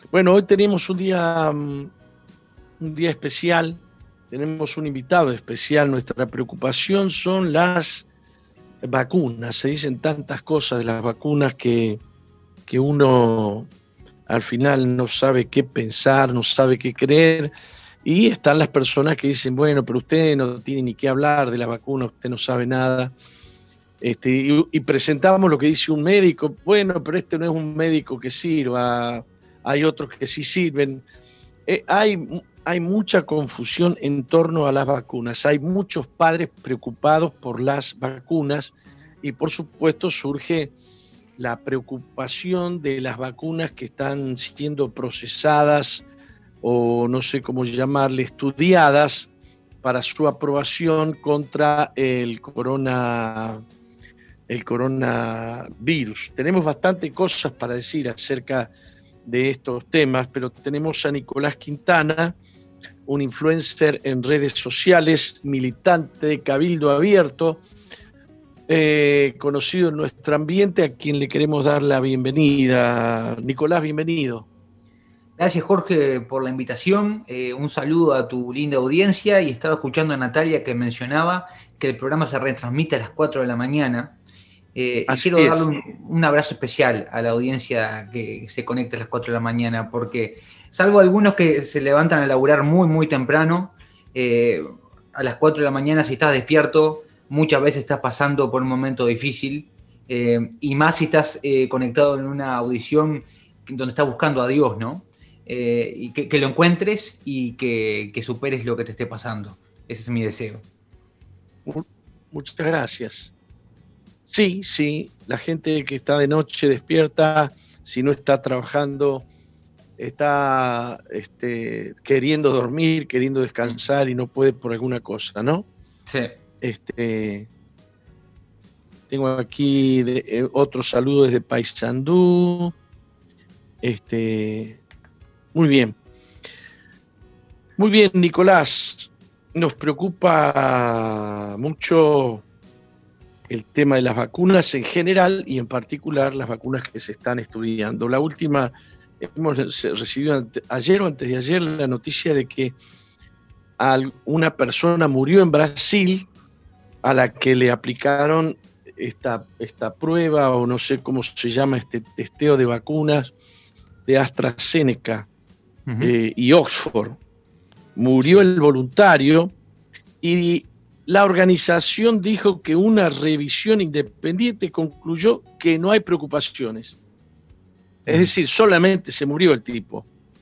Bueno, hoy tenemos un día especial, tenemos un invitado especial. Nuestra preocupación son las vacunas. Se dicen tantas cosas de las vacunas que uno al final no sabe qué pensar, no sabe qué creer. Y están las personas que dicen, bueno, pero usted no tiene ni qué hablar de la vacuna, usted no sabe nada. Y presentamos lo que dice un médico. Bueno, pero este no es un médico que sirva, hay otros que sí sirven. Hay mucha confusión en torno a las vacunas, hay muchos padres preocupados por las vacunas y por supuesto surge la preocupación de las vacunas que están siendo procesadas o no sé cómo llamarle, estudiadas para su aprobación contra el coronavirus. Tenemos bastante cosas para decir acerca de estos temas, pero tenemos a Nicolás Quintana, un influencer en redes sociales, militante de Cabildo Abierto, conocido en nuestro ambiente, a quien le queremos dar la bienvenida. Nicolás, bienvenido. Gracias, Jorge, por la invitación. Un saludo a tu linda audiencia. Y estaba escuchando a Natalia que mencionaba que el programa se retransmite a las 4 de la mañana. Y quiero darle un abrazo especial a la audiencia que se conecta a las 4 de la mañana, porque salvo algunos que se levantan a laburar muy, muy temprano, a las 4 de la mañana, si estás despierto, muchas veces estás pasando por un momento difícil, y más si estás conectado en una audición donde estás buscando a Dios, ¿no? Y que lo encuentres y que superes lo que te esté pasando. Ese es mi deseo. Muchas gracias. Sí, la gente que está de noche despierta, si no está trabajando, está queriendo dormir, queriendo descansar y no puede por alguna cosa, ¿no? Sí. Tengo aquí otro saludo desde Paysandú. Muy bien. Muy bien, Nicolás. Nos preocupa mucho el tema de las vacunas en general y en particular las vacunas que se están estudiando. La última, hemos recibido ayer o antes de ayer la noticia de que una persona murió en Brasil a la que le aplicaron esta prueba, o no sé cómo se llama, este testeo de vacunas de AstraZeneca y Oxford. Murió el voluntario y la organización dijo que una revisión independiente concluyó que no hay preocupaciones. Es decir, solamente se murió el tipo.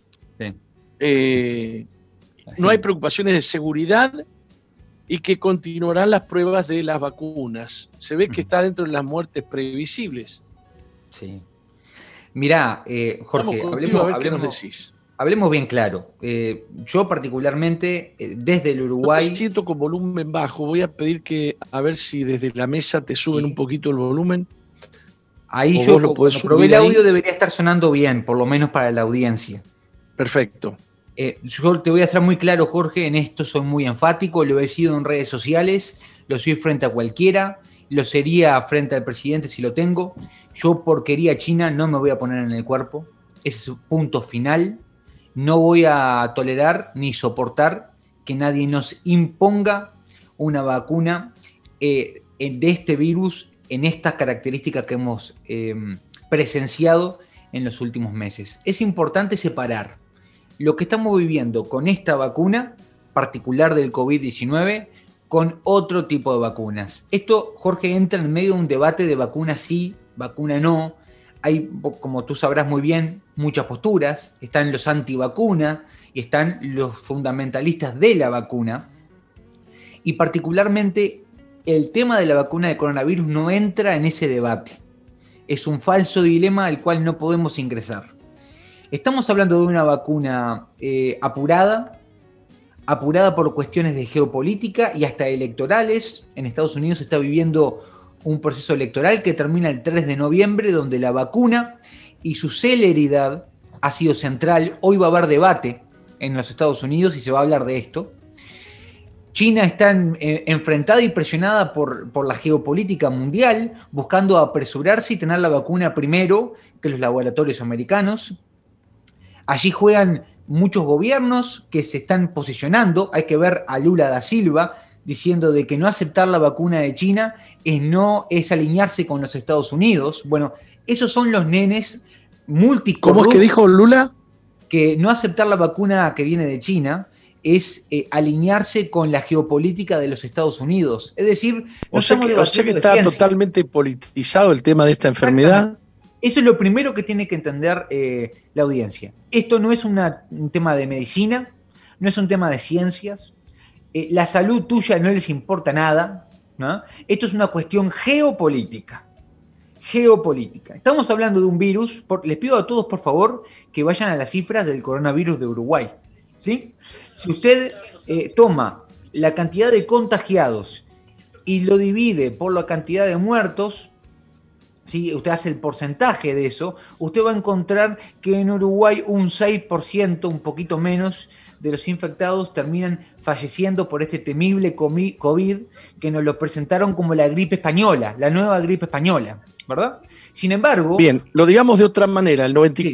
Sí. No hay preocupaciones de seguridad y que continuarán las pruebas de las vacunas. Se ve que está dentro de las muertes previsibles. Sí. Mirá, Jorge, ¿qué nos decís? Hablemos bien claro. Yo particularmente, desde el Uruguay... Yo te siento con volumen bajo. Voy a pedir que, a ver si desde la mesa te suben un poquito el volumen. Ahí yo, cuando probé el audio, debería estar sonando bien, por lo menos para la audiencia. Perfecto. Yo te voy a ser muy claro, Jorge, en esto soy muy enfático, lo he sido en redes sociales, lo soy frente a cualquiera, lo sería frente al presidente si lo tengo. Yo, porquería china, no me voy a poner en el cuerpo. Ese es su punto final. No voy a tolerar ni soportar que nadie nos imponga una vacuna de este virus en estas características que hemos presenciado en los últimos meses. Es importante separar lo que estamos viviendo con esta vacuna particular del COVID-19 con otro tipo de vacunas. Esto, Jorge, entra en medio de un debate de vacuna sí, vacuna no. Hay, como tú sabrás muy bien, muchas posturas. Están los antivacuna y están los fundamentalistas de la vacuna. Y particularmente el tema de la vacuna de coronavirus no entra en ese debate. Es un falso dilema al cual no podemos ingresar. Estamos hablando de una vacuna apurada por cuestiones de geopolítica y hasta electorales. En Estados Unidos se está viviendo un proceso electoral que termina el 3 de noviembre, donde la vacuna y su celeridad ha sido central. Hoy va a haber debate en los Estados Unidos y se va a hablar de esto. China está enfrentada y presionada por la geopolítica mundial, buscando apresurarse y tener la vacuna primero que los laboratorios americanos. Allí juegan muchos gobiernos que se están posicionando. Hay que ver a Lula da Silva diciendo de que no aceptar la vacuna de China es alinearse con los Estados Unidos. Bueno, esos son los nenes multicorruptos. ¿Cómo es que dijo Lula? Que no aceptar la vacuna que viene de China es alinearse con la geopolítica de los Estados Unidos. Es decir, o sea que está totalmente politizado el tema de esta enfermedad. Eso es lo primero que tiene que entender la audiencia. Esto no es un tema de medicina, no es un tema de ciencias. La salud tuya no les importa nada, ¿no? Esto es una cuestión geopolítica. Geopolítica. Estamos hablando de un virus. Les pido a todos, por favor, que vayan a las cifras del coronavirus de Uruguay. ¿Sí? Si usted toma la cantidad de contagiados y lo divide por la cantidad de muertos, ¿sí? Usted hace el porcentaje de eso, usted va a encontrar que en Uruguay un 6%, un poquito menos, de los infectados terminan falleciendo por este temible COVID que nos lo presentaron como la gripe española, la nueva gripe española, ¿verdad? Sin embargo... Bien, lo digamos de otra manera, el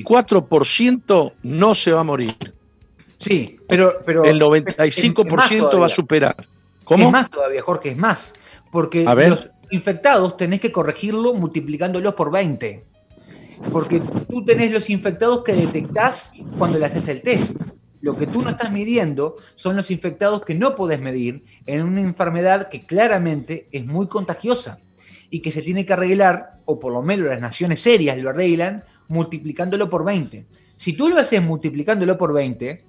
94% no se va a morir. Sí, pero el 95% va a superar. ¿Cómo? Es más todavía, Jorge, es más. Porque los infectados tenés que corregirlo multiplicándolos por 20. Porque tú tenés los infectados que detectás cuando le haces el test. Lo que tú no estás midiendo son los infectados que no podés medir en una enfermedad que claramente es muy contagiosa y que se tiene que arreglar, o por lo menos las naciones serias lo arreglan, multiplicándolo por 20. Si tú lo haces multiplicándolo por 20...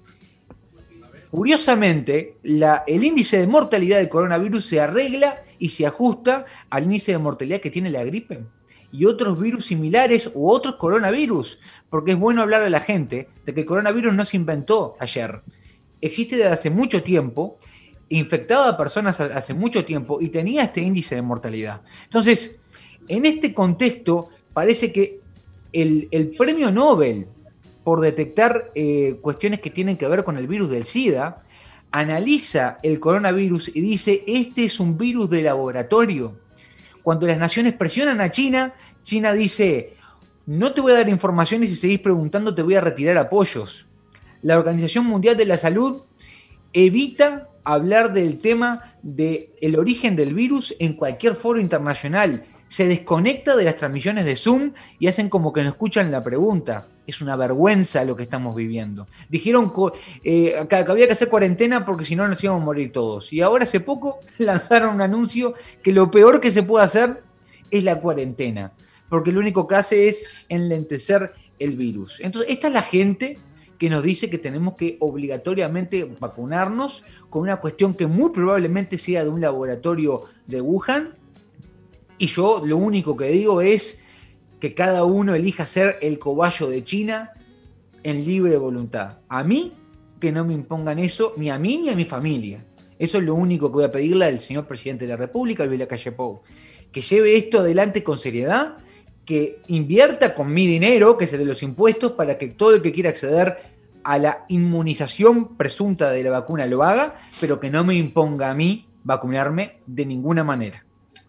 Curiosamente, el índice de mortalidad del coronavirus se arregla y se ajusta al índice de mortalidad que tiene la gripe y otros virus similares u otros coronavirus, porque es bueno hablarle a la gente de que el coronavirus no se inventó ayer. Existe desde hace mucho tiempo, infectaba a personas hace mucho tiempo y tenía este índice de mortalidad. Entonces, en este contexto, parece que el premio Nobel por detectar cuestiones que tienen que ver con el virus del SIDA, analiza el coronavirus y dice, este es un virus de laboratorio. Cuando las naciones presionan a China, China dice, no te voy a dar información y si seguís preguntando te voy a retirar apoyos. La Organización Mundial de la Salud evita hablar del tema del origen del virus en cualquier foro internacional. Se desconecta de las transmisiones de Zoom y hacen como que no escuchan la pregunta. Es una vergüenza lo que estamos viviendo. Dijeron que había que hacer cuarentena porque si no nos íbamos a morir todos. Y ahora hace poco lanzaron un anuncio que lo peor que se puede hacer es la cuarentena. Porque lo único que hace es enlentecer el virus. Entonces, esta es la gente que nos dice que tenemos que obligatoriamente vacunarnos con una cuestión que muy probablemente sea de un laboratorio de Wuhan. Y yo lo único que digo es que cada uno elija ser el cobayo de China en libre voluntad. A mí, que no me impongan eso, ni a mí ni a mi familia. Eso es lo único que voy a pedirle al señor presidente de la República, Luis Lacalle Pou. Que lleve esto adelante con seriedad, que invierta con mi dinero, que es el de los impuestos, para que todo el que quiera acceder a la inmunización presunta de la vacuna lo haga, pero que no me imponga a mí vacunarme de ninguna manera.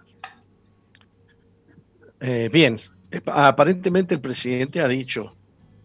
Bien, aparentemente el presidente ha dicho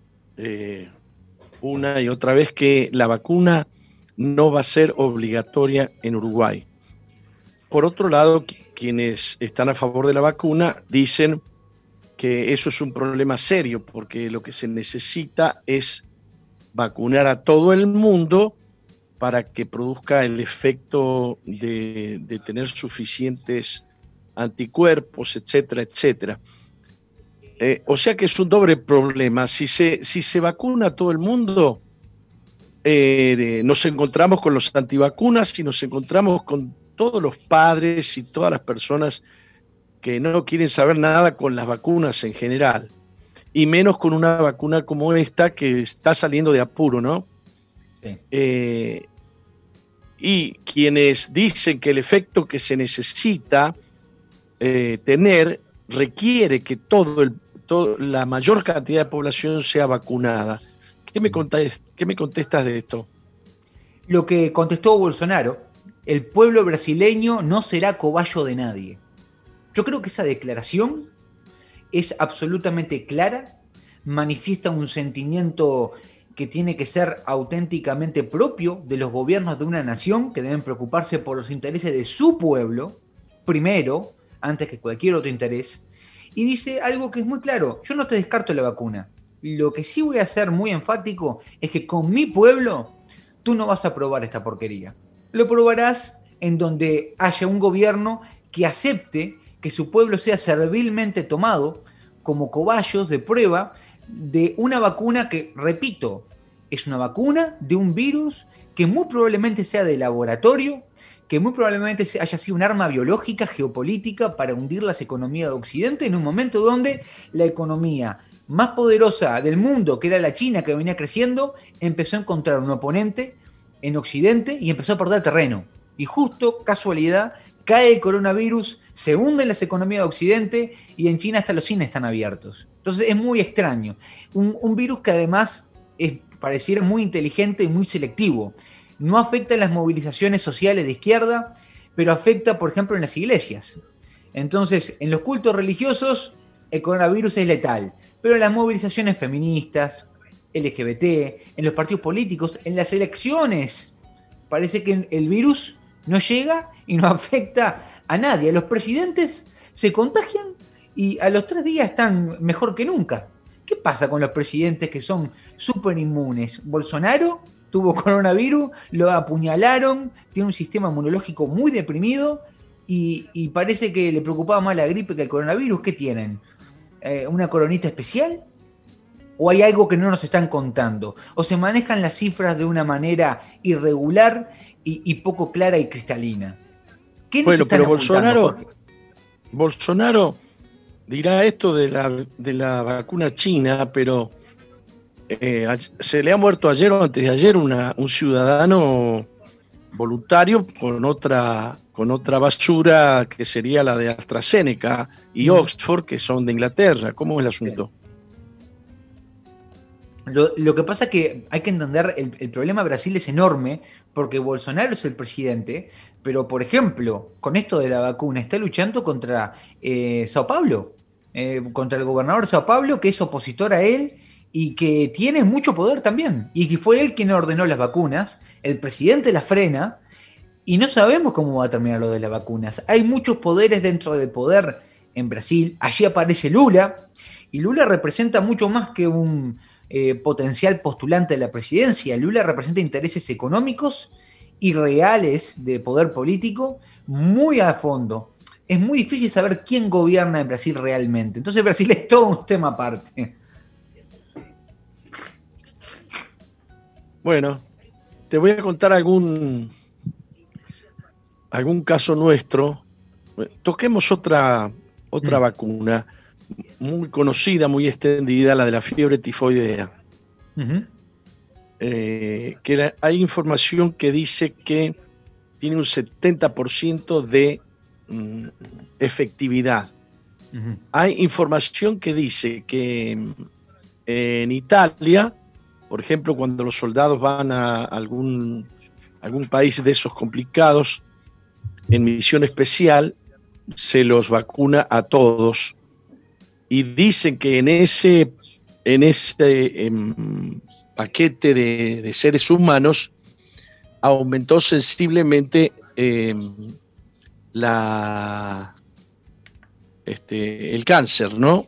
una y otra vez que la vacuna no va a ser obligatoria en Uruguay. Por otro lado, quienes están a favor de la vacuna dicen que eso es un problema serio porque lo que se necesita es vacunar a todo el mundo para que produzca el efecto de tener suficientes anticuerpos, etcétera, etcétera. O sea que es un doble problema. Si se vacuna a todo el mundo, nos encontramos con los antivacunas y nos encontramos con todos los padres y todas las personas que no quieren saber nada con las vacunas en general, y menos con una vacuna como esta que está saliendo de apuro, ¿no? Sí. Y quienes dicen que el efecto que se necesita tener requiere que la mayor cantidad de población sea vacunada. ¿Qué me contestas de esto? Lo que contestó Bolsonaro: el pueblo brasileño no será cobayo de nadie. Yo creo que esa declaración es absolutamente clara, manifiesta un sentimiento que tiene que ser auténticamente propio de los gobiernos de una nación, que deben preocuparse por los intereses de su pueblo, primero, antes que cualquier otro interés. Y dice algo que es muy claro: yo no te descarto la vacuna. Lo que sí voy a hacer muy enfático es que con mi pueblo tú no vas a probar esta porquería. Lo probarás en donde haya un gobierno que acepte que su pueblo sea servilmente tomado como cobayos de prueba de una vacuna que, repito, es una vacuna de un virus que muy probablemente sea de laboratorio, que muy probablemente haya sido un arma biológica, geopolítica, para hundir las economías de Occidente en un momento donde la economía más poderosa del mundo, que era la China, que venía creciendo, empezó a encontrar un oponente en Occidente y empezó a perder terreno. Y justo, casualidad, cae el coronavirus, se hunden las economías de Occidente y en China hasta los cines están abiertos. Entonces es muy extraño. Un virus que además pareciera muy inteligente y muy selectivo. No afecta en las movilizaciones sociales de izquierda, pero afecta, por ejemplo, en las iglesias. Entonces, en los cultos religiosos, el coronavirus es letal, pero en las movilizaciones feministas, LGBT, en los partidos políticos, en las elecciones, parece que el virus no llega y no afecta a nadie. Los presidentes se contagian y a los 3 días están mejor que nunca. ¿Qué pasa con los presidentes que son súper inmunes? Bolsonaro tuvo coronavirus, lo apuñalaron, tiene un sistema inmunológico muy deprimido y parece que le preocupaba más la gripe que el coronavirus. ¿Qué tienen? ¿Una coronita especial? ¿O hay algo que no nos están contando? ¿O se manejan las cifras de una manera irregular y poco clara y cristalina? ¿Qué nos están ocultando? Bolsonaro dirá esto de la vacuna china, pero se le ha muerto ayer o antes de ayer un ciudadano voluntario con otra basura que sería la de AstraZeneca y Oxford, que son de Inglaterra. ¿Cómo es el asunto? Lo que pasa es que hay que entender, el problema de Brasil es enorme, porque Bolsonaro es el presidente, pero por ejemplo, con esto de la vacuna, está luchando contra Sao Paulo, contra el gobernador de Sao Paulo, que es opositor a él y que tiene mucho poder también, y que fue él quien ordenó las vacunas. El presidente las frena y no sabemos cómo va a terminar lo de las vacunas. Hay muchos poderes dentro del poder en Brasil. Allí aparece Lula, y Lula representa mucho más que un potencial postulante de la presidencia. Lula representa intereses económicos y reales de poder político muy a fondo. Es muy difícil saber quién gobierna en Brasil realmente. Entonces Brasil es todo un tema aparte. Bueno, te voy a contar algún caso nuestro. Toquemos otra vacuna muy conocida, muy extendida, la de la fiebre tifoidea. Hay información que dice que tiene un 70% de efectividad. Hay información que dice que en Italia, por ejemplo, cuando los soldados van a algún país de esos complicados, en misión especial, se los vacuna a todos. Y dicen que en ese paquete de seres humanos aumentó sensiblemente el cáncer, ¿no?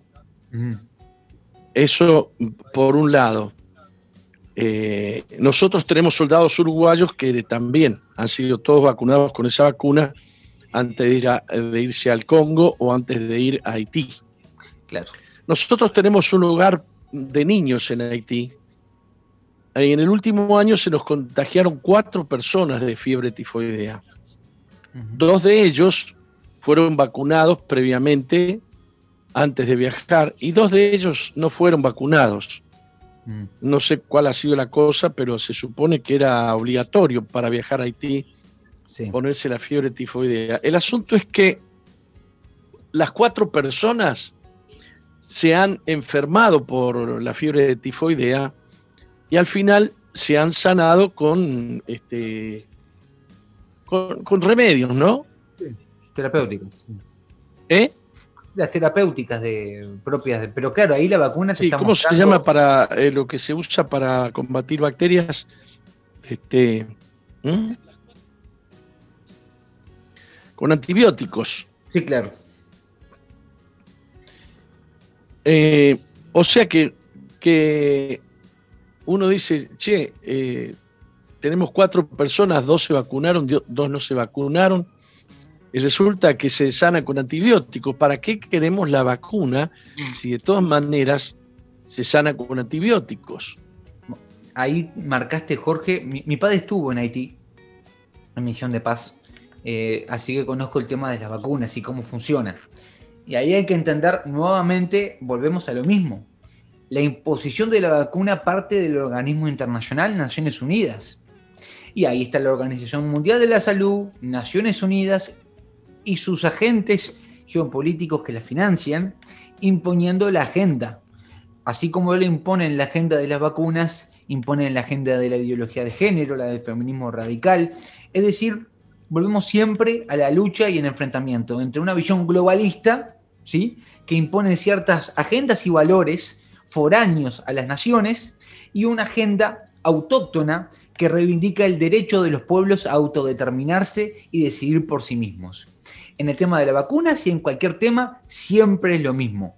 Eso por un lado. Nosotros tenemos soldados uruguayos que también han sido todos vacunados con esa vacuna antes de irse al Congo o antes de ir a Haití. Claro. Nosotros tenemos un hogar de niños en Haití. En el último año se nos contagiaron 4 personas de fiebre tifoidea. 2 de ellos fueron vacunados previamente antes de viajar y 2 de ellos no fueron vacunados. No sé cuál ha sido la cosa, pero se supone que era obligatorio para viajar a Haití ponerse la fiebre tifoidea. El asunto es que las 4 personas se han enfermado por la fiebre tifoidea y al final se han sanado con remedios, ¿no? Sí, terapéuticos. Las terapéuticas propias, pero claro, ahí la vacuna te Sí, está ¿cómo se mostrando. llama para lo que se usa para combatir bacterias? ¿Mm? Con antibióticos. Sí, claro. O sea que uno dice, che, tenemos 4 personas, 2 se vacunaron, 2 no se vacunaron, y resulta que se sana con antibióticos. ¿Para qué queremos la vacuna si de todas maneras se sana con antibióticos? Ahí marcaste, Jorge. Mi padre estuvo en Haití, en Misión de Paz, así que conozco el tema de las vacunas y cómo funciona. Y ahí hay que entender nuevamente, volvemos a lo mismo. La imposición de la vacuna parte del organismo internacional, Naciones Unidas. Y ahí está la Organización Mundial de la Salud, Naciones Unidas y sus agentes geopolíticos que la financian, imponiendo la agenda. Así como le imponen la agenda de las vacunas, imponen la agenda de la ideología de género, la del feminismo radical. Es decir, volvemos siempre a la lucha y el enfrentamiento entre una visión globalista, ¿sí?, que impone ciertas agendas y valores foráneos a las naciones, y una agenda autóctona que reivindica el derecho de los pueblos a autodeterminarse y decidir por sí mismos. En el tema de las vacunas y en cualquier tema siempre es lo mismo.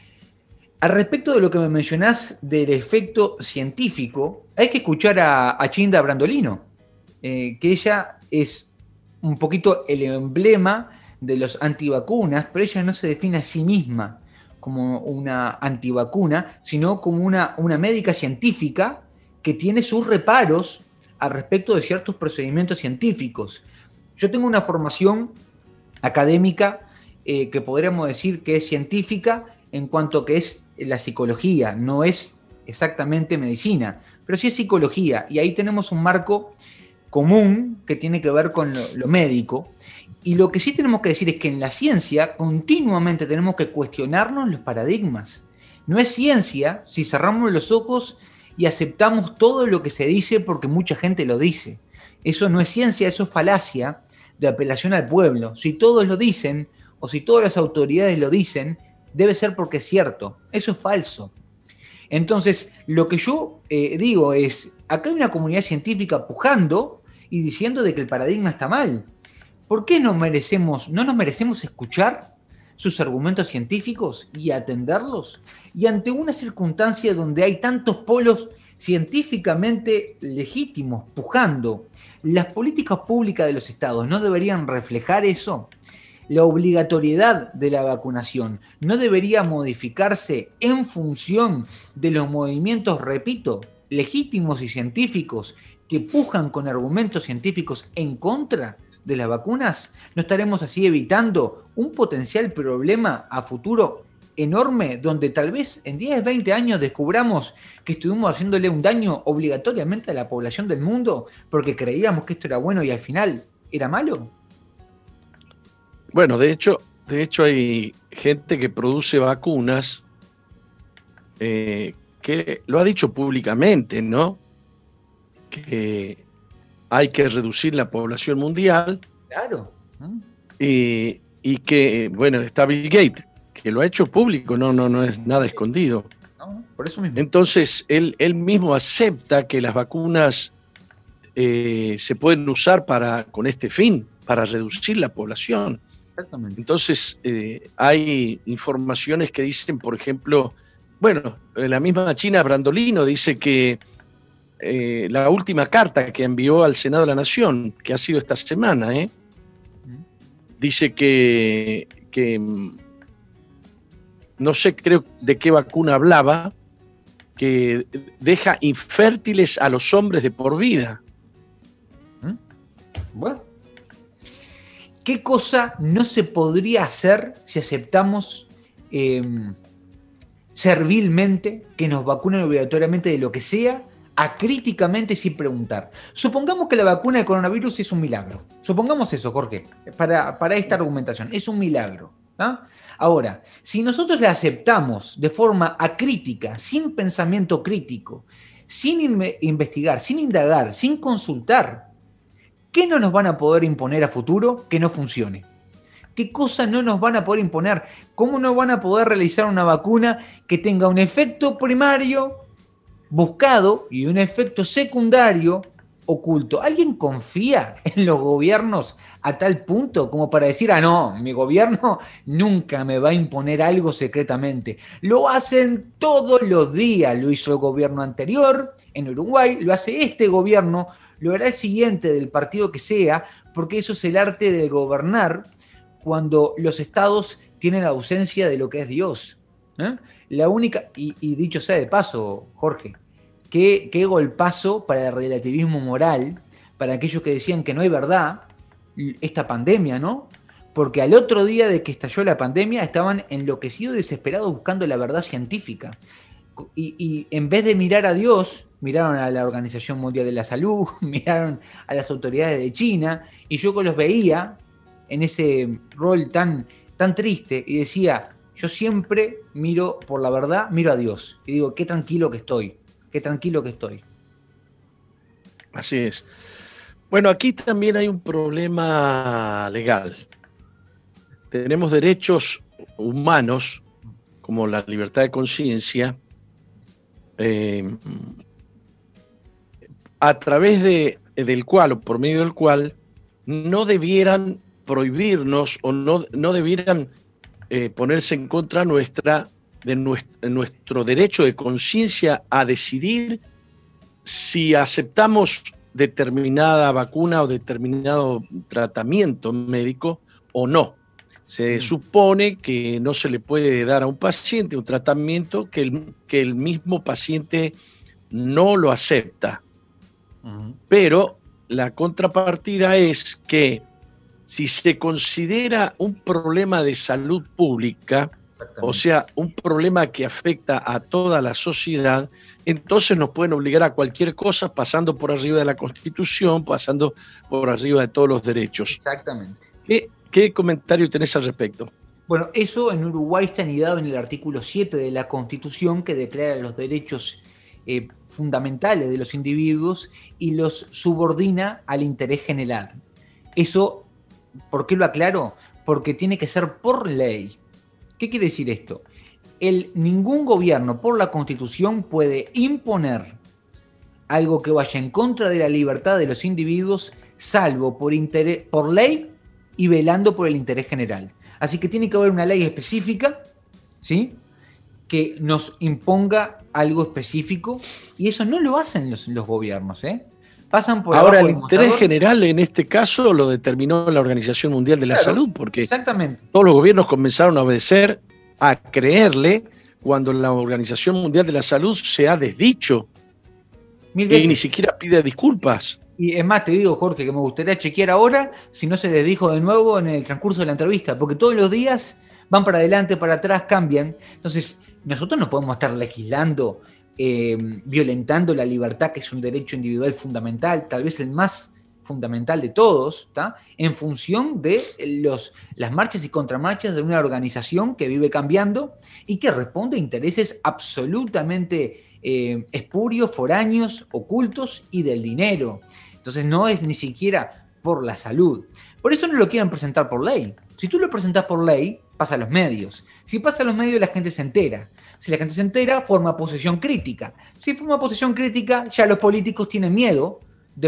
Al respecto de lo que me mencionás del efecto científico, hay que escuchar a Chinda Brandolino, que ella es un poquito el emblema de los antivacunas, pero ella no se define a sí misma como una antivacuna, sino como una médica científica que tiene sus reparos al respecto de ciertos procedimientos científicos. Yo tengo una formación académica que podríamos decir que es científica en cuanto que es la psicología, no es exactamente medicina, pero sí es psicología, y ahí tenemos un marco común que tiene que ver con lo médico. Y lo que sí tenemos que decir es que en la ciencia continuamente tenemos que cuestionarnos los paradigmas. No es ciencia si cerramos los ojos y aceptamos todo lo que se dice porque mucha gente lo dice. Eso no es ciencia, eso es falacia de apelación al pueblo. Si todos lo dicen o si todas las autoridades lo dicen, debe ser porque es cierto. Eso es falso. Entonces, lo que yo digo es, acá hay una comunidad científica pujando y diciendo de que el paradigma está mal. ¿Por qué no nos merecemos escuchar sus argumentos científicos y atenderlos? Y ante una circunstancia donde hay tantos polos científicamente legítimos pujando, ¿las políticas públicas de los estados no deberían reflejar eso? La obligatoriedad de la vacunación no debería modificarse en función de los movimientos, repito, legítimos y científicos que pujan con argumentos científicos en contra de las vacunas. ¿No estaremos así evitando un potencial problema a futuro enorme donde tal vez en 10, 20 años descubramos que estuvimos haciéndole un daño obligatoriamente a la población del mundo porque creíamos que esto era bueno y al final era malo? Bueno, de hecho hay gente que produce vacunas que lo ha dicho públicamente, ¿no? Que hay que reducir la población mundial. Claro. Y que, bueno, está Bill Gates, que lo ha hecho público, no es nada escondido. No, por eso mismo. Entonces, él mismo acepta que las vacunas se pueden usar con este fin, para reducir la población. Exactamente. Entonces, hay informaciones que dicen, por ejemplo, bueno, la misma China Brandolino dice que la última carta que envió al Senado de la Nación, que ha sido esta semana, dice que no sé, creo de qué vacuna hablaba, que deja infértiles a los hombres de por vida. Bueno, ¿qué cosa no se podría hacer si aceptamos servilmente que nos vacunen obligatoriamente de lo que sea, acríticamente sin preguntar? Supongamos que la vacuna del coronavirus es un milagro. Supongamos eso, Jorge, para esta argumentación. Es un milagro. ¿Ah? Ahora, si nosotros la aceptamos de forma acrítica, sin pensamiento crítico, sin investigar, sin indagar, sin consultar, ¿qué no nos van a poder imponer a futuro que no funcione? ¿Qué cosas no nos van a poder imponer? ¿Cómo no van a poder realizar una vacuna que tenga un efecto primario buscado y un efecto secundario oculto? ¿Alguien confía en los gobiernos a tal punto como para decir, no, mi gobierno nunca me va a imponer algo secretamente? Lo hacen todos los días. Lo hizo el gobierno anterior en Uruguay, lo hace este gobierno, lo hará el siguiente del partido que sea, porque eso es el arte de gobernar cuando los estados tienen ausencia de lo que es Dios. La única, y dicho sea de paso, Jorge, qué golpazo para el relativismo moral, para aquellos que decían que no hay verdad, esta pandemia, ¿no? Porque al otro día de que estalló la pandemia estaban enloquecidos y desesperados buscando la verdad científica. Y en vez de mirar a Dios, miraron a la Organización Mundial de la Salud, miraron a las autoridades de China, y yo los veía en ese rol tan triste y decía, yo siempre miro por la verdad, miro a Dios y digo, qué tranquilo que estoy. Así es. Bueno, aquí también hay un problema legal. Tenemos derechos humanos, como la libertad de conciencia, a través del cual, o por medio del cual, no debieran prohibirnos o no debieran ponerse en contra de nuestro derecho de conciencia a decidir si aceptamos determinada vacuna o determinado tratamiento médico o no. Se supone que no se le puede dar a un paciente un tratamiento que el mismo paciente no lo acepta. Pero la contrapartida es que si se considera un problema de salud pública, o sea, un problema que afecta a toda la sociedad, entonces nos pueden obligar a cualquier cosa pasando por arriba de la Constitución, pasando por arriba de todos los derechos. Exactamente. ¿Qué comentario tenés al respecto? Bueno, eso en Uruguay está anidado en el artículo 7 de la Constitución, que declara los derechos fundamentales de los individuos y los subordina al interés general. Eso, ¿por qué lo aclaro? Porque tiene que ser por ley. ¿Qué quiere decir esto? Ningún gobierno por la Constitución puede imponer algo que vaya en contra de la libertad de los individuos, salvo por ley y velando por el interés general. Así que tiene que haber una ley específica, ¿sí?, que nos imponga algo específico, y eso no lo hacen los gobiernos, Pasan por ahora el interés general en este caso lo determinó la Organización Mundial de la Salud, porque exactamente, todos los gobiernos comenzaron a obedecer, a creerle, cuando la Organización Mundial de la Salud se ha desdicho y ni siquiera pide disculpas. Y es más, te digo, Jorge, que me gustaría chequear ahora si no se desdijo de nuevo en el transcurso de la entrevista, porque todos los días van para adelante, para atrás, cambian. Entonces, nosotros no podemos estar legislando, violentando la libertad, que es un derecho individual fundamental, tal vez el más fundamental de todos, ¿tá?, en función de las marchas y contramarchas de una organización que vive cambiando y que responde a intereses absolutamente espurios, foráneos, ocultos y del dinero. Entonces no es ni siquiera por la salud. Por eso no lo quieren presentar por ley. Si tú lo presentás por ley, pasa a los medios. Si pasa a los medios, la gente se entera. Si la gente se entera, forma posición crítica. Si forma posición crítica, ya los políticos tienen miedo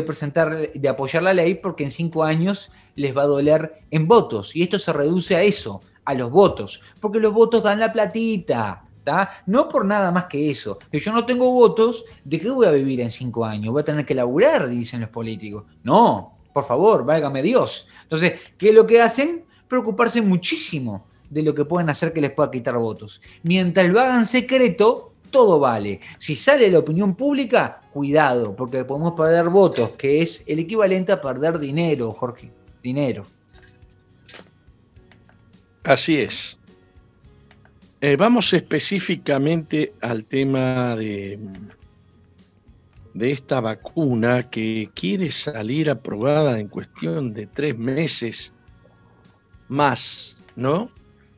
de apoyar la ley, porque en 5 años les va a doler en votos. Y esto se reduce a eso, a los votos. Porque los votos dan la platita, ¿tá? No por nada más que eso. Si yo no tengo votos, ¿de qué voy a vivir en 5 años? Voy a tener que laburar, dicen los políticos. No, por favor, válgame Dios. Entonces, ¿qué es lo que hacen? Preocuparse muchísimo de lo que pueden hacer que les pueda quitar votos. Mientras lo hagan secreto, todo vale. Si sale la opinión pública, cuidado, porque podemos perder votos, que es el equivalente a perder dinero, Jorge. Dinero. Así es. Vamos específicamente al tema de esta vacuna que quiere salir aprobada en cuestión de 3 meses más, ¿no?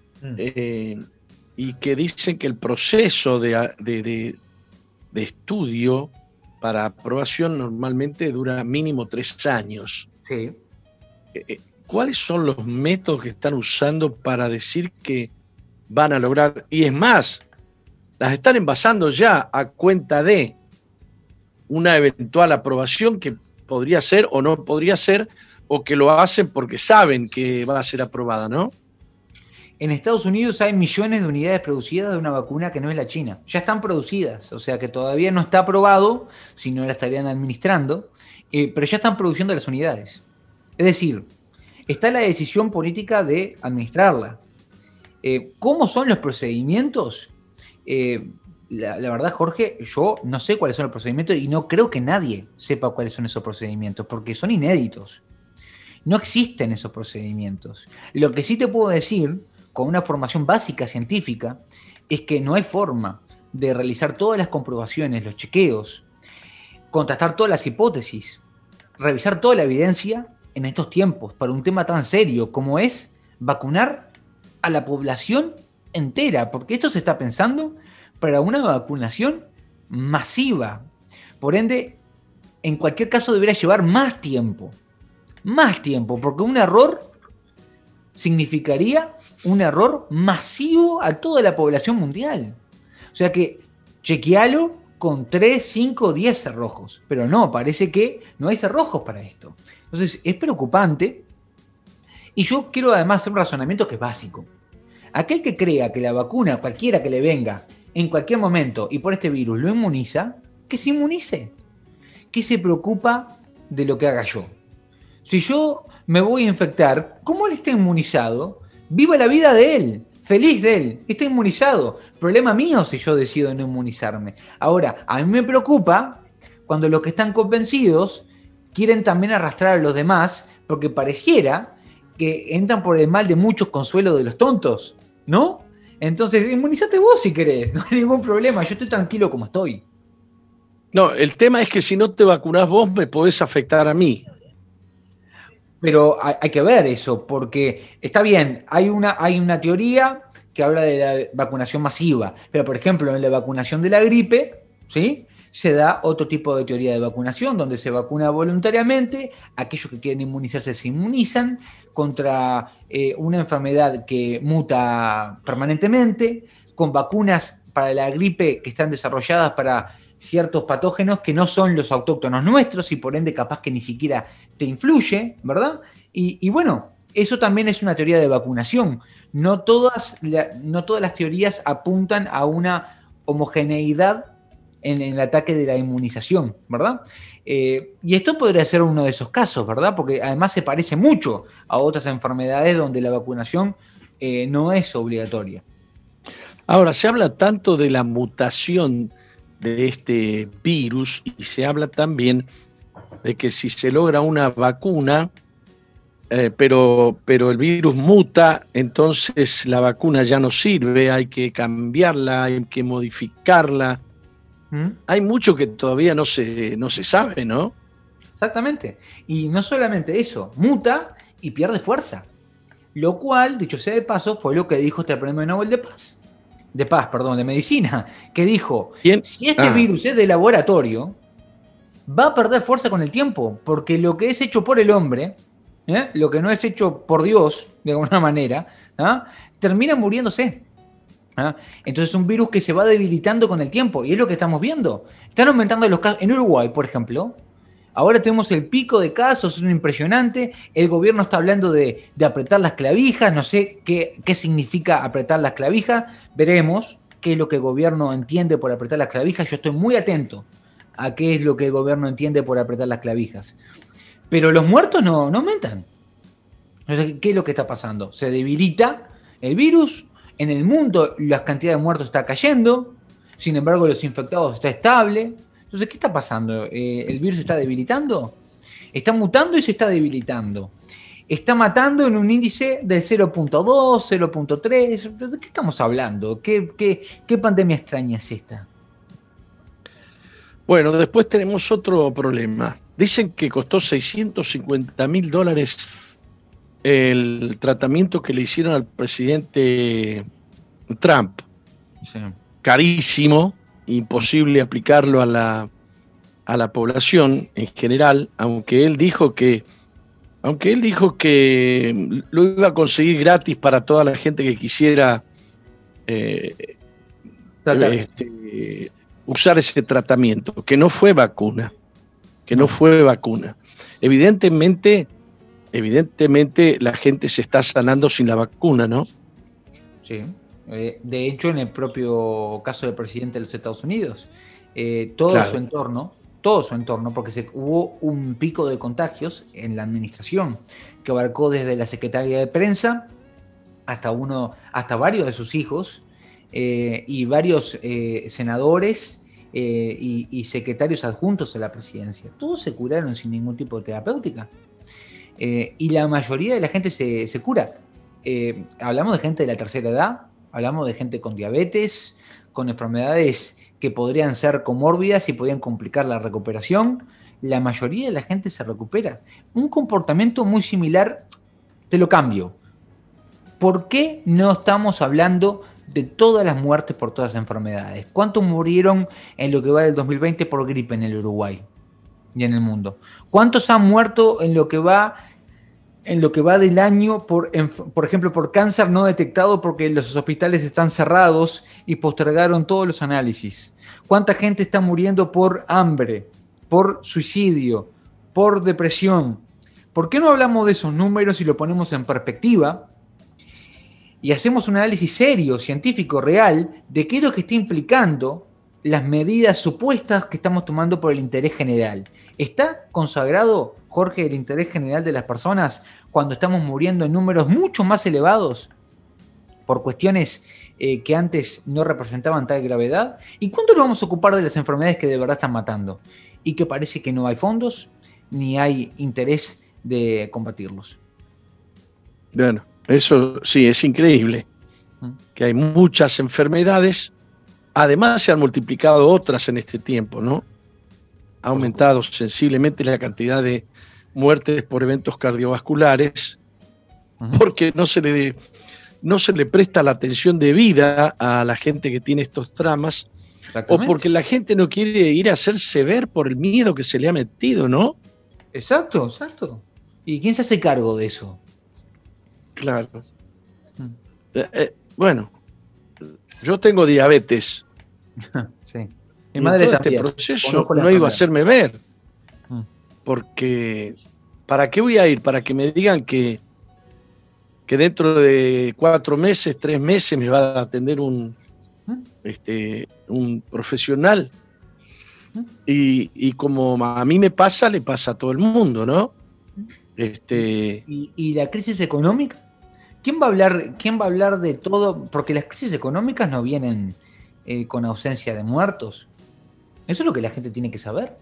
Y que dicen que el proceso de estudio para aprobación normalmente dura mínimo 3 años. Sí. ¿cuáles son los métodos que están usando para decir que van a lograr? Y es más, las están envasando ya a cuenta de una eventual aprobación que podría ser o no podría ser, o que lo hacen porque saben que va a ser aprobada, ¿no? En Estados Unidos hay millones de unidades producidas de una vacuna que no es la China. Ya están producidas, o sea que todavía no está aprobado, si no la estarían administrando, pero ya están produciendo las unidades. Es decir, está la decisión política de administrarla. ¿Cómo son los procedimientos? La verdad, Jorge, yo no sé cuáles son los procedimientos y no creo que nadie sepa cuáles son esos procedimientos, porque son inéditos. No existen esos procedimientos. Lo que sí te puedo decir, con una formación básica científica, es que no hay forma de realizar todas las comprobaciones, los chequeos, contrastar todas las hipótesis, revisar toda la evidencia en estos tiempos para un tema tan serio como es vacunar a la población entera, porque esto se está pensando para una vacunación masiva. Por ende, en cualquier caso debería llevar más tiempo, porque un error significaría un error masivo a toda la población mundial. O sea que chequealo con 3, 5, 10 cerrojos. Pero no, parece que no hay cerrojos para esto. Entonces es preocupante. Y yo quiero además hacer un razonamiento que es básico. Aquel que crea que la vacuna, cualquiera que le venga, en cualquier momento y por este virus lo inmuniza, que se inmunice. ¿Qué se preocupa de lo que haga yo? Si yo me voy a infectar, como él está inmunizado, viva la vida de él, feliz de él, está inmunizado. Problema mío si yo decido no inmunizarme. Ahora, a mí me preocupa cuando los que están convencidos quieren también arrastrar a los demás, porque pareciera que entran por el mal de muchos consuelos de los tontos, ¿no? Entonces, inmunizate vos si querés, no hay ningún problema, yo estoy tranquilo como estoy. No, el tema es que si no te vacunás vos, me podés afectar a mí. Pero hay que ver eso, porque está bien, hay una teoría que habla de la vacunación masiva, pero por ejemplo en la vacunación de la gripe, ¿sí?, se da otro tipo de teoría de vacunación, donde se vacuna voluntariamente, aquellos que quieren inmunizarse se inmunizan contra una enfermedad que muta permanentemente, con vacunas para la gripe que están desarrolladas para ciertos patógenos que no son los autóctonos nuestros y por ende capaz que ni siquiera te influye, ¿verdad? Y bueno, eso también es una teoría de vacunación. No todas las teorías apuntan a una homogeneidad en el ataque de la inmunización, ¿verdad? Y esto podría ser uno de esos casos, ¿verdad? Porque además se parece mucho a otras enfermedades donde la vacunación no es obligatoria. Ahora, se habla tanto de la mutación de este virus y se habla también de que si se logra una vacuna, pero el virus muta, entonces la vacuna ya no sirve, hay que cambiarla, hay que modificarla. Hay mucho que todavía no se sabe, ¿no? Exactamente. Y no solamente eso, muta y pierde fuerza. Lo cual, dicho sea de paso, fue lo que dijo este premio Nobel de medicina, que dijo, ¿Quién? Si este virus es de laboratorio, va a perder fuerza con el tiempo, porque lo que es hecho por el hombre, lo que no es hecho por Dios, de alguna manera, termina muriéndose. Entonces es un virus que se va debilitando con el tiempo, y es lo que estamos viendo. Están aumentando los casos. En Uruguay, por ejemplo, ahora tenemos el pico de casos, es impresionante. El gobierno está hablando de apretar las clavijas, no sé qué significa apretar las clavijas. Veremos qué es lo que el gobierno entiende por apretar las clavijas. Yo estoy muy atento a qué es lo que el gobierno entiende por apretar las clavijas. Pero los muertos no aumentan. Entonces, ¿qué es lo que está pasando? Se debilita el virus. En el mundo la cantidad de muertos está cayendo, sin embargo los infectados está estable. Entonces, ¿qué está pasando? ¿El virus se está debilitando? Está mutando y se está debilitando. Está matando en un índice del 0.2, 0.3. ¿De qué estamos hablando? ¿Qué pandemia extraña es esta? Bueno, después tenemos otro problema. Dicen que costó $650.000 el tratamiento que le hicieron al presidente Trump. Sí. Carísimo, imposible aplicarlo a la población en general, aunque él dijo que Aunque él dijo que lo iba a conseguir gratis para toda la gente que quisiera usar ese tratamiento, que no fue vacuna, Evidentemente la gente se está sanando sin la vacuna, ¿no? Sí. De hecho, en el propio caso del presidente de los Estados Unidos, todo su entorno, porque hubo un pico de contagios en la administración que abarcó desde la secretaria de prensa hasta varios de sus hijos y varios senadores y secretarios adjuntos a la presidencia. Todos se curaron sin ningún tipo de terapéutica. Y la mayoría de la gente se cura. Hablamos de gente de la tercera edad, hablamos de gente con diabetes, con enfermedades que podrían ser comórbidas y podrían complicar la recuperación. La mayoría de la gente se recupera. Un comportamiento muy similar, te lo cambio. ¿Por qué no estamos hablando de todas las muertes por todas las enfermedades? ¿Cuántos murieron en lo que va del 2020 por gripe en el Uruguay y en el mundo? ¿Cuántos han muerto en lo que va del año, por ejemplo, por cáncer no detectado porque los hospitales están cerrados y postergaron todos los análisis? ¿Cuánta gente está muriendo por hambre, por suicidio, por depresión? ¿Por qué no hablamos de esos números y lo ponemos en perspectiva y hacemos un análisis serio, científico, real, de qué es lo que está implicando las medidas supuestas que estamos tomando por el interés general? ¿Está consagrado, Jorge, el interés general de las personas cuando estamos muriendo en números mucho más elevados por cuestiones que antes no representaban tal gravedad? ¿Y cuándo nos vamos a ocupar de las enfermedades que de verdad están matando y que parece que no hay fondos ni hay interés de combatirlos? Bueno, eso sí, es increíble, que hay muchas enfermedades. Además se han multiplicado otras en este tiempo, ¿no? Ha aumentado sensiblemente la cantidad de muertes por eventos cardiovasculares, porque no se le presta la atención debida a la gente que tiene estos traumas, o porque la gente no quiere ir a hacerse ver por el miedo que se le ha metido, ¿no? Exacto. ¿Y quién se hace cargo de eso? Claro. Bueno, yo tengo diabetes. Sí. Mi madre también. Este proceso no he ido a hacerme ver. Porque, ¿para qué voy a ir? Para que me digan que dentro de 4 meses, 3 meses me va a atender un profesional. Y como a mí me pasa, le pasa a todo el mundo, ¿no? ¿Y la crisis económica? ¿Quién va a hablar de todo? Porque las crisis económicas no vienen con ausencia de muertos. Eso es lo que la gente tiene que saber.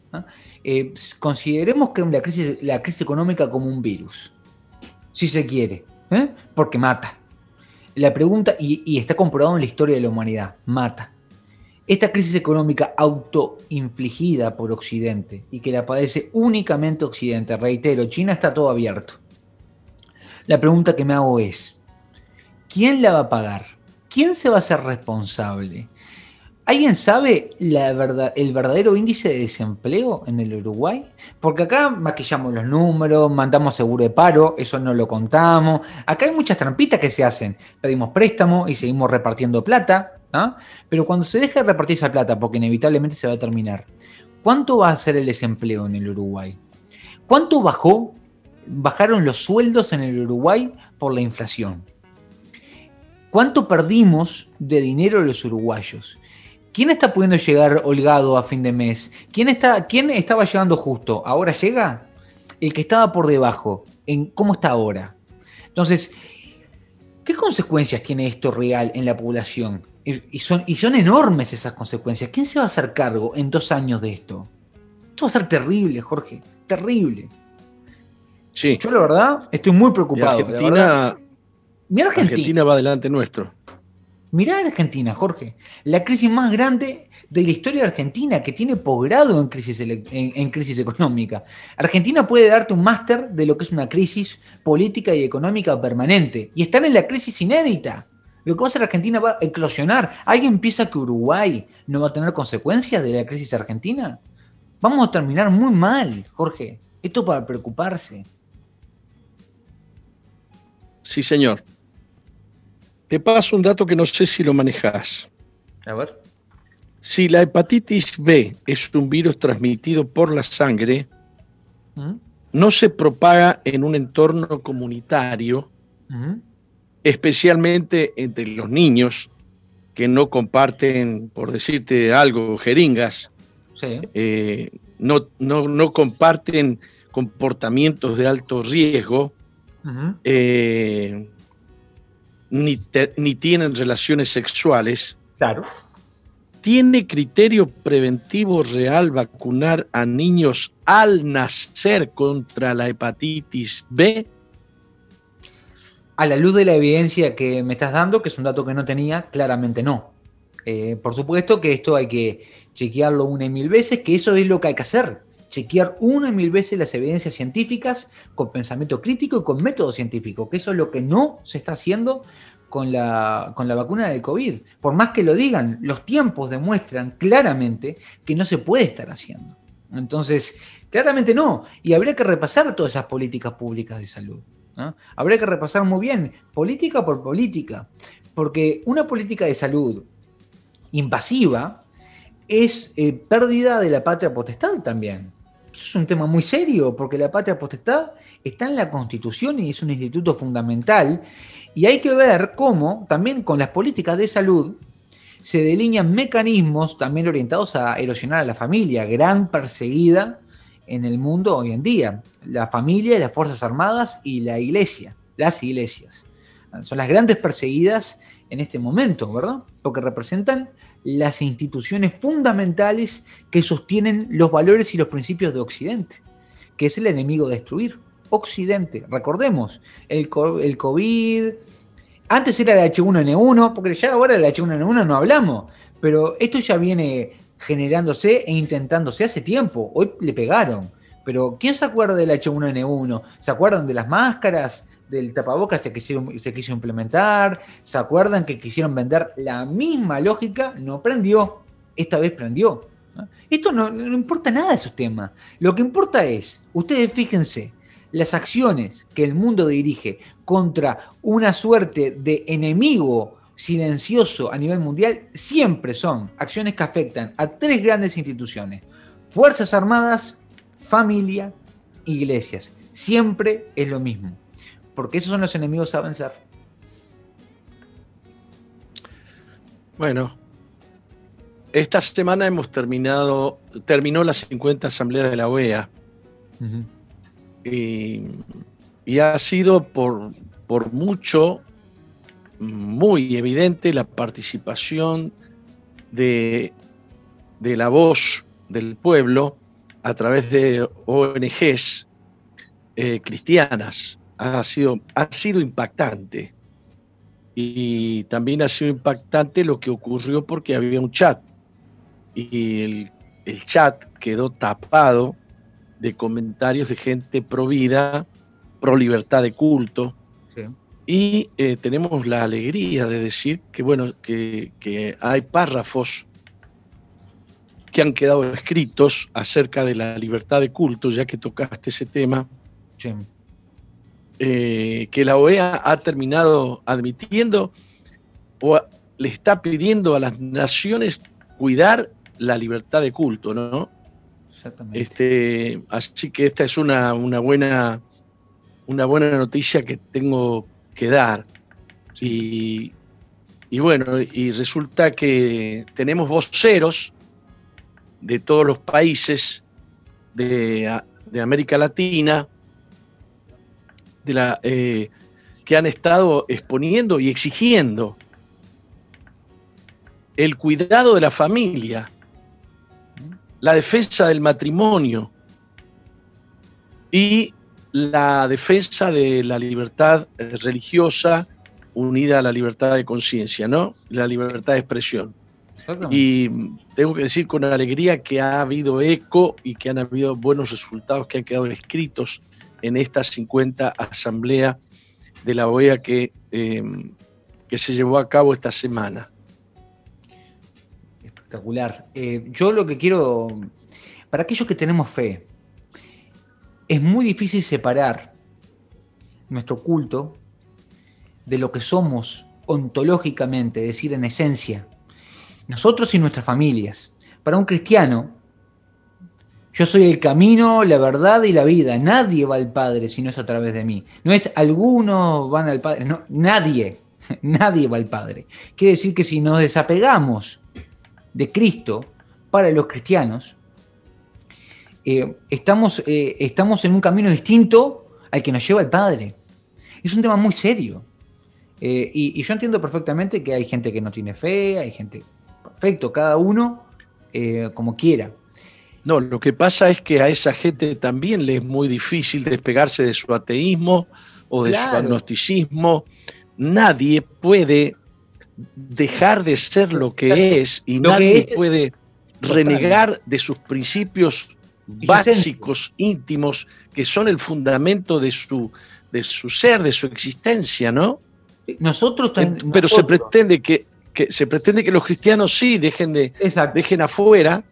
Consideremos que la crisis económica como un virus, si se quiere, porque mata. La pregunta, y está comprobado en la historia de la humanidad, mata. Esta crisis económica autoinfligida por Occidente y que la padece únicamente Occidente, reitero, China está todo abierto. La pregunta que me hago es, ¿quién la va a pagar? ¿Quién se va a hacer responsable? ¿Alguien sabe el verdadero índice de desempleo en el Uruguay? Porque acá maquillamos los números, mandamos seguro de paro, eso no lo contamos. Acá hay muchas trampitas que se hacen. Pedimos préstamo y seguimos repartiendo plata, ¿no? Pero cuando se deja de repartir esa plata, porque inevitablemente se va a terminar, ¿cuánto va a ser el desempleo en el Uruguay? ¿Cuánto bajaron los sueldos en el Uruguay por la inflación? ¿Cuánto perdimos de dinero los uruguayos? ¿Quién está pudiendo llegar holgado a fin de mes? ¿Quién estaba llegando justo? ¿Ahora llega? El que estaba por debajo. ¿Cómo está ahora? Entonces, ¿qué consecuencias tiene esto real en la población? Y son enormes esas consecuencias. ¿Quién se va a hacer cargo en 2 años de esto? Esto va a ser terrible, Jorge. Terrible. Sí. Yo, la verdad, estoy muy preocupado. Argentina va delante nuestro. Mirá a Argentina, Jorge. La crisis más grande de la historia de Argentina, que tiene posgrado en crisis económica. Argentina puede darte un máster de lo que es una crisis política y económica permanente. Y están en la crisis inédita. Lo que va a hacer Argentina va a eclosionar. ¿Alguien piensa que Uruguay no va a tener consecuencias de la crisis argentina? Vamos a terminar muy mal, Jorge. Esto para preocuparse. Sí, señor. Te paso un dato que no sé si lo manejás. A ver. Si la hepatitis B es un virus transmitido por la sangre, no se propaga en un entorno comunitario, especialmente entre los niños que no comparten, por decirte algo, jeringas, Sí. no comparten comportamientos de alto riesgo, ni tienen relaciones sexuales. Claro. ¿Tiene criterio preventivo real vacunar a niños al nacer contra la hepatitis B? A la luz de la evidencia que me estás dando, que es un dato que no tenía, claramente no. Por supuesto que esto hay que chequearlo 1.000 veces, que eso es lo que hay que hacer. Chequear 1.000 veces las evidencias científicas con pensamiento crítico y con método científico, que eso es lo que no se está haciendo con la vacuna del COVID. Por más que lo digan, los tiempos demuestran claramente que no se puede estar haciendo. Entonces, claramente no. Y habría que repasar todas esas políticas públicas de salud, ¿no? Habría que repasar muy bien, política por política. Porque una política de salud invasiva es pérdida de la patria potestad también. Eso es un tema muy serio, porque la patria potestad está en la Constitución y es un instituto fundamental. Y hay que ver cómo, también con las políticas de salud, se delinean mecanismos también orientados a erosionar a la familia, gran perseguida en el mundo hoy en día. La familia, las Fuerzas Armadas y la Iglesia, las iglesias. Son las grandes perseguidas en este momento, ¿verdad? Porque representan las instituciones fundamentales que sostienen los valores y los principios de Occidente, que es el enemigo a destruir. Occidente, recordemos, el COVID, antes era el H1N1, porque ya ahora del H1N1 no hablamos, pero esto ya viene generándose e intentándose hace tiempo. Hoy le pegaron, pero ¿quién se acuerda del H1N1? ¿Se acuerdan de las máscaras? Del tapabocas se quiso implementar. ¿Se acuerdan que quisieron vender la misma lógica? No prendió, esta vez prendió, ¿no? Esto no importa nada de esos temas. Lo que importa es, ustedes fíjense, las acciones que el mundo dirige contra una suerte de enemigo silencioso a nivel mundial siempre son acciones que afectan a tres grandes instituciones: Fuerzas Armadas, familia, iglesias. Siempre es lo mismo, porque esos son los enemigos a vencer. Bueno, esta semana terminó la 50 Asamblea de la OEA. Uh-huh. Y ha sido por mucho muy evidente la participación de la voz del pueblo a través de ONGs cristianas. Ha sido impactante. Y también ha sido impactante lo que ocurrió porque había un chat. Y el chat quedó tapado de comentarios de gente pro vida, pro libertad de culto. Sí. Y tenemos la alegría de decir que, bueno, que hay párrafos que han quedado escritos acerca de la libertad de culto, ya que tocaste ese tema. Sí. Que la OEA ha terminado admitiendo o le está pidiendo a las naciones cuidar la libertad de culto, ¿no? Exactamente. Así que esta es una buena noticia que tengo que dar. Sí. Y bueno, y resulta que tenemos voceros de todos los países de América Latina que han estado exponiendo y exigiendo el cuidado de la familia, la defensa del matrimonio y la defensa de la libertad religiosa unida a la libertad de conciencia, ¿no? La libertad de expresión. Y tengo que decir con alegría que ha habido eco y que han habido buenos resultados que han quedado escritos en esta 50 Asamblea de la OEA que se llevó a cabo esta semana. Espectacular. Yo lo que quiero, para aquellos que tenemos fe, es muy difícil separar nuestro culto de lo que somos ontológicamente, es decir, en esencia, nosotros y nuestras familias. Para un cristiano, yo soy el camino, la verdad y la vida. Nadie va al Padre si no es a través de mí. No es algunos van al Padre, no, nadie va al Padre. Quiere decir que si nos desapegamos de Cristo, para los cristianos, estamos en un camino distinto al que nos lleva al Padre. Es un tema muy serio. Y yo entiendo perfectamente que hay gente que no tiene fe, hay gente... Perfecto, cada uno como quiera. No, lo que pasa es que a esa gente también le es muy difícil despegarse de su ateísmo o de su agnosticismo. Nadie puede dejar de ser lo que es y nadie puede renegar de sus principios básicos, íntimos, que son el fundamento de su ser, de su existencia, ¿no? Pero se pretende que los cristianos sí dejen afuera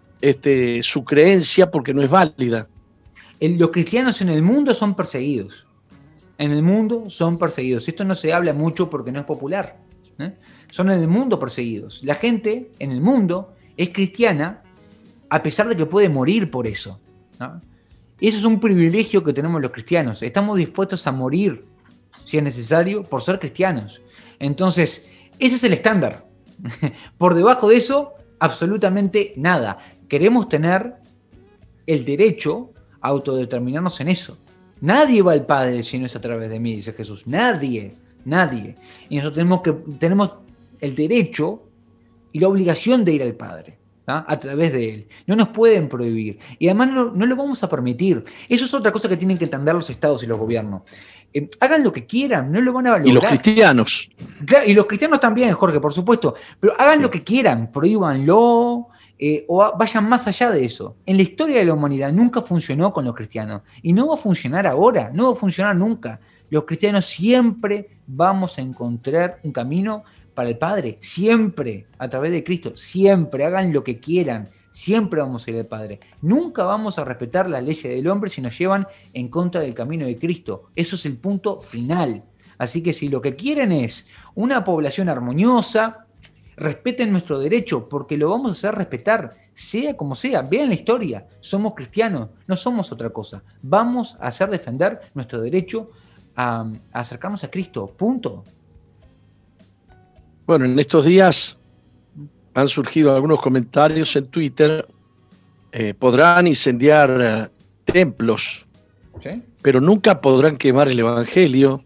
su creencia porque no es válida. Los cristianos en el mundo son perseguidos. En el mundo son perseguidos. Esto no se habla mucho porque no es popular. Son en el mundo perseguidos. La gente en el mundo es cristiana a pesar de que puede morir por eso, ¿no? Y eso es un privilegio que tenemos los cristianos. Estamos dispuestos a morir, si es necesario, por ser cristianos. Entonces, ese es el estándar. Por debajo de eso, absolutamente nada. Queremos tener el derecho a autodeterminarnos en eso. Nadie va al Padre si no es a través de mí, dice Jesús. Nadie. Y nosotros tenemos el derecho y la obligación de ir al Padre, ¿tá? A través de Él. No nos pueden prohibir. Y además no lo vamos a permitir. Eso es otra cosa que tienen que entender los estados y los gobiernos. Hagan lo que quieran, no lo van a valorar. Y los cristianos. Claro, y los cristianos también, Jorge, por supuesto. Pero hagan lo que quieran, prohíbanlo, o vayan más allá de eso. En la historia de la humanidad nunca funcionó con los cristianos. Y no va a funcionar ahora, no va a funcionar nunca. Los cristianos siempre vamos a encontrar un camino para el Padre, siempre, a través de Cristo, siempre, hagan lo que quieran, siempre vamos a ir al Padre. Nunca vamos a respetar las leyes del hombre si nos llevan en contra del camino de Cristo. Eso es el punto final. Así que si lo que quieren es una población armoniosa, respeten nuestro derecho, porque lo vamos a hacer respetar, sea como sea. Vean la historia, somos cristianos, no somos otra cosa. Vamos a hacer defender nuestro derecho a acercarnos a Cristo, punto. Bueno, en estos días han surgido algunos comentarios en Twitter. Podrán incendiar templos, ¿sí? Pero nunca podrán quemar el Evangelio,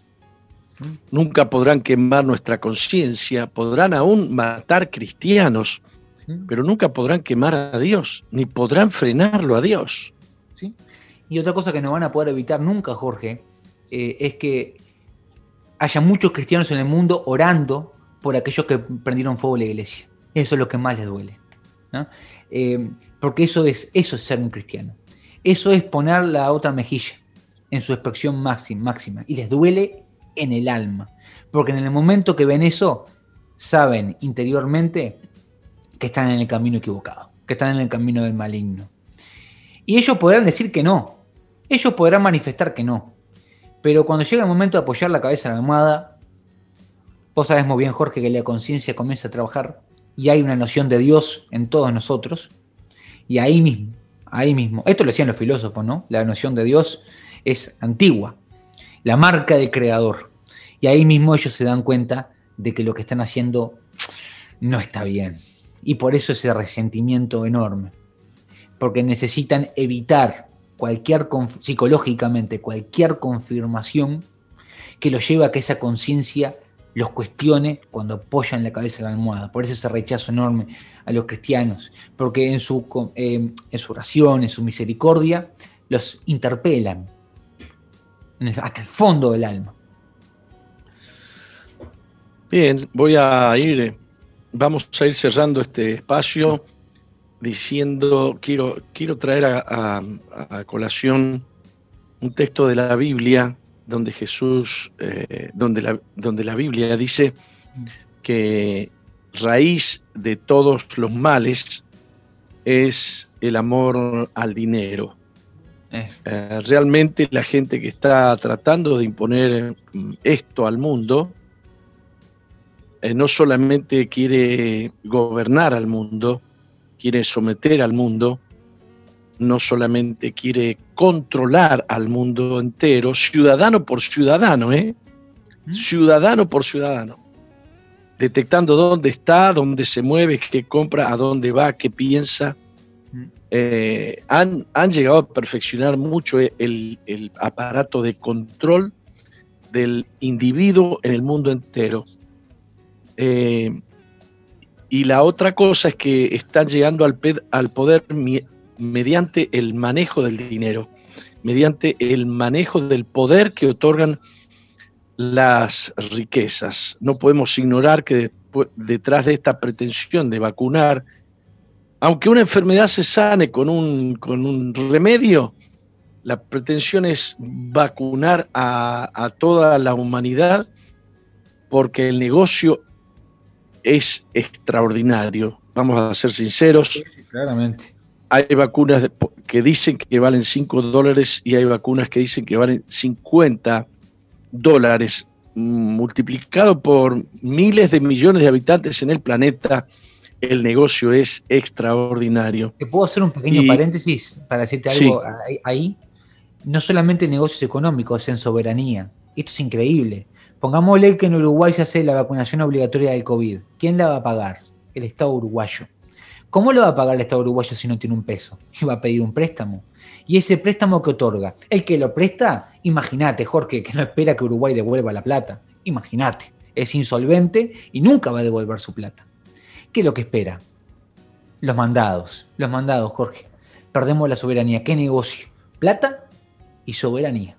nunca podrán quemar nuestra conciencia, podrán aún matar cristianos, pero nunca podrán quemar a Dios, ni podrán frenarlo a Dios. ¿Sí? Y otra cosa que no van a poder evitar nunca, Jorge, es que haya muchos cristianos en el mundo orando por aquellos que prendieron fuego a la iglesia. Eso es lo que más les duele, ¿no? Porque eso es ser un cristiano. Eso es poner la otra mejilla en su expresión máxima. Y les duele en el alma. Porque en el momento que ven eso, saben interiormente que están en el camino equivocado, que están en el camino del maligno. Y ellos podrán decir que no. Ellos podrán manifestar que no. Pero cuando llega el momento de apoyar la cabeza en la almohada, vos sabés muy bien, Jorge, que la conciencia comienza a trabajar y hay una noción de Dios en todos nosotros. Y ahí mismo, esto lo decían los filósofos, ¿no? La noción de Dios es antigua, la marca del creador. Y ahí mismo ellos se dan cuenta de que lo que están haciendo no está bien. Y por eso ese resentimiento enorme. Porque necesitan evitar psicológicamente cualquier confirmación que los lleve a que esa conciencia los cuestione cuando apoyan la cabeza en la almohada. Por eso ese rechazo enorme a los cristianos, porque en su oración, en su misericordia, los interpelan hasta el fondo del alma. Bien, vamos a ir cerrando este espacio diciendo, quiero traer a colación un texto de la Biblia donde Jesús, donde la Biblia dice que raíz de todos los males es el amor al dinero. Realmente la gente que está tratando de imponer esto al mundo no solamente quiere gobernar al mundo, quiere someter al mundo, no solamente quiere controlar al mundo entero, ciudadano por ciudadano, ciudadano por ciudadano, detectando dónde está, dónde se mueve, qué compra, a dónde va, qué piensa. Han llegado a perfeccionar mucho el aparato de control del individuo en el mundo entero. Y la otra cosa es que están llegando al poder mediante el manejo del dinero, mediante el manejo del poder que otorgan las riquezas. No podemos ignorar que detrás de esta pretensión de vacunar, aunque una enfermedad se sane con un remedio, la pretensión es vacunar a toda la humanidad, porque el negocio es extraordinario. Vamos a ser sinceros. Sí, claramente. Hay vacunas que dicen que valen $5 y hay vacunas que dicen que valen $50, multiplicado por miles de millones de habitantes en el planeta. El negocio es extraordinario. ¿Te puedo hacer un pequeño paréntesis para decirte algo? Sí. Ahí? No solamente negocios económicos, es en soberanía. Esto es increíble. Pongámosle que en Uruguay se hace la vacunación obligatoria del COVID. ¿Quién la va a pagar? El Estado uruguayo. ¿Cómo lo va a pagar el Estado uruguayo si no tiene un peso? Y va a pedir un préstamo. ¿Y ese préstamo que otorga? El que lo presta, imagínate, Jorge, que no espera que Uruguay devuelva la plata. Imagínate. Es insolvente y nunca va a devolver su plata. ¿Qué es lo que espera? Los mandados, Jorge. Perdemos la soberanía. ¿Qué negocio? Plata y soberanía.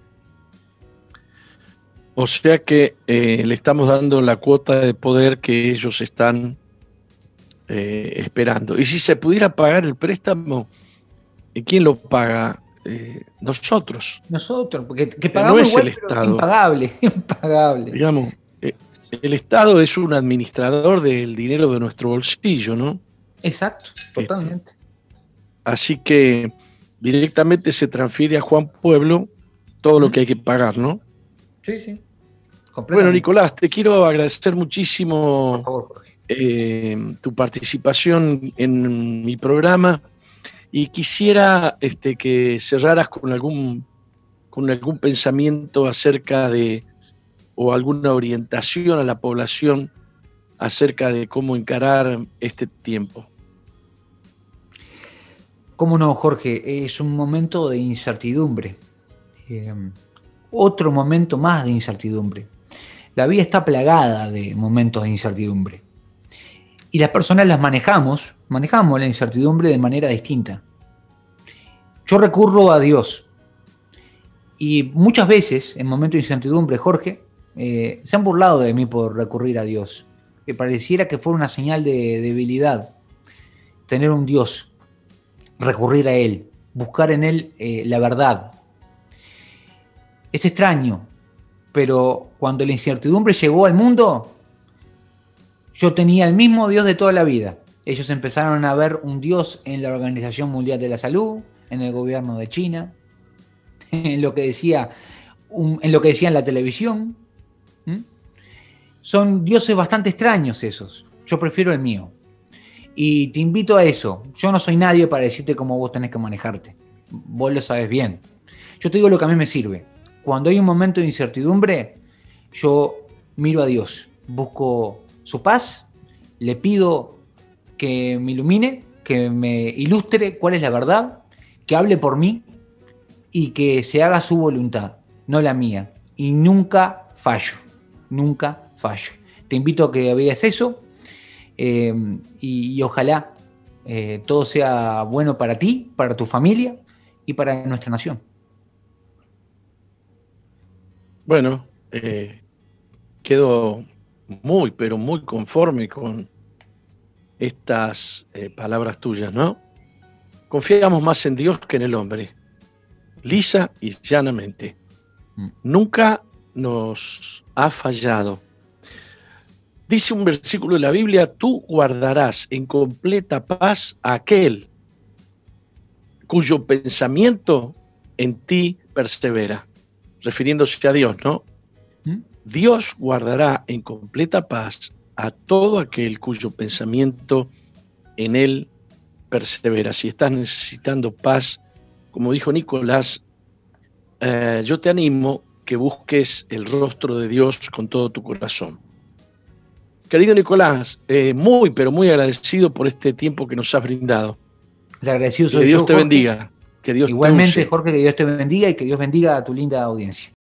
O sea que le estamos dando la cuota de poder que ellos están esperando. Y si se pudiera pagar el préstamo, ¿quién lo paga? Nosotros. Nosotros, porque que pagamos no es igual, el Estado. Impagable. Digamos, el Estado es un administrador del dinero de nuestro bolsillo, ¿no? Exacto, totalmente. Así que directamente se transfiere a Juan Pueblo todo lo que hay que pagar, ¿no? Sí. Bueno, Nicolás, te quiero agradecer muchísimo por favor, tu participación en mi programa y quisiera que cerraras con algún pensamiento acerca de, o alguna orientación a la población acerca de cómo encarar este tiempo. ¿Cómo no, Jorge? Es un momento de incertidumbre. Otro momento más de incertidumbre. La vida está plagada de momentos de incertidumbre. Y las personas manejamos la incertidumbre de manera distinta. Yo recurro a Dios. Y muchas veces, en momentos de incertidumbre, Jorge, se han burlado de mí por recurrir a Dios. Que pareciera que fuera una señal de debilidad. Tener un Dios, recurrir a Él, buscar en Él la verdad. Es extraño, pero cuando la incertidumbre llegó al mundo, yo tenía el mismo Dios de toda la vida. Ellos empezaron a ver un Dios en la Organización Mundial de la Salud, en el gobierno de China, en lo que decía en la televisión. Son dioses bastante extraños esos. Yo prefiero el mío. Y te invito a eso. Yo no soy nadie para decirte cómo vos tenés que manejarte. Vos lo sabes bien. Yo te digo lo que a mí me sirve. Cuando hay un momento de incertidumbre, yo miro a Dios, busco su paz, le pido que me ilumine, que me ilustre cuál es la verdad, que hable por mí y que se haga su voluntad, no la mía. Y nunca fallo. Te invito a que veas eso y ojalá todo sea bueno para ti, para tu familia y para nuestra nación. Bueno, quedo muy, pero muy conforme con estas palabras tuyas, ¿no? Confiamos más en Dios que en el hombre, lisa y llanamente. Nunca nos ha fallado. Dice un versículo de la Biblia: tú guardarás en completa paz a aquel cuyo pensamiento en ti persevera, refiriéndose a Dios, ¿no? Dios guardará en completa paz a todo aquel cuyo pensamiento en Él persevera. Si estás necesitando paz, como dijo Nicolás, yo te animo que busques el rostro de Dios con todo tu corazón. Querido Nicolás, muy, pero muy agradecido por este tiempo que nos has brindado. El agradecido soy yo, que Dios te Jorge. bendiga. Que Dios Igualmente, te use. Jorge, que Dios te bendiga y que Dios bendiga a tu linda audiencia.